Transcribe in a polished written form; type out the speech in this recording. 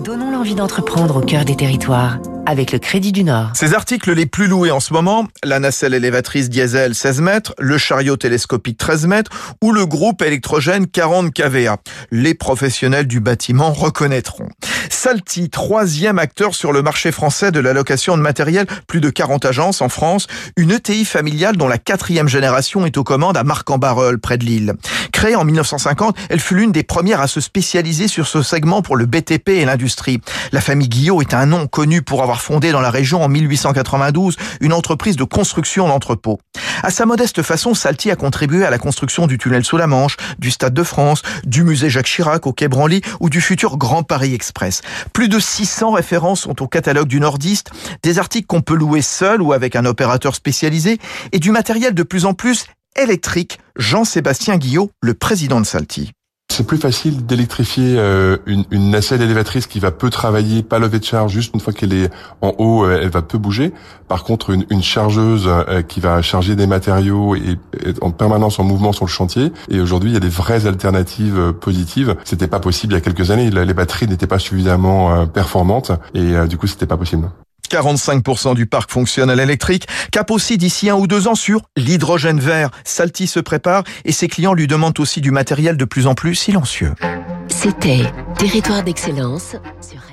Donnons l'envie d'entreprendre au cœur des territoires avec le Crédit du Nord. Ces articles les plus loués en ce moment, la nacelle élévatrice diesel 16 mètres, le chariot télescopique 13 mètres ou le groupe électrogène 40 kVA. Les professionnels du bâtiment reconnaîtront. Salty, 3e acteur sur le marché français de la location de matériel, plus de 40 agences en France, une ETI familiale dont la 4e génération est aux commandes à Marc-en-Barœul, près de Lille. Créée en 1950, elle fut l'une des premières à se spécialiser sur ce segment pour le BTP et l'industrie. La famille Guillot est un nom connu pour avoir fondé dans la région en 1892 une entreprise de construction d'entrepôts. À sa modeste façon, Salty a contribué à la construction du tunnel sous la Manche, du Stade de France, du musée Jacques Chirac au Quai Branly ou du futur Grand Paris Express. Plus de 600 références sont au catalogue du Nordiste, des articles qu'on peut louer seul ou avec un opérateur spécialisé et du matériel de plus en plus électrique. Jean-Sébastien Guillot, le président de Salty. C'est plus facile d'électrifier une nacelle élévatrice qui va peu travailler, pas lever de charge, juste une fois qu'elle est en haut, elle va peu bouger. Par contre, une chargeuse qui va charger des matériaux et en permanence en mouvement sur le chantier. Et aujourd'hui, il y a des vraies alternatives positives. C'était pas possible il y a quelques années. Les batteries n'étaient pas suffisamment performantes et du coup, c'était pas possible. 45% du parc fonctionne à l'électrique. Cap aussi d'ici 1 ou 2 ans sur l'hydrogène vert. Salty se prépare et ses clients lui demandent aussi du matériel de plus en plus silencieux. C'était Territoire d'excellence sur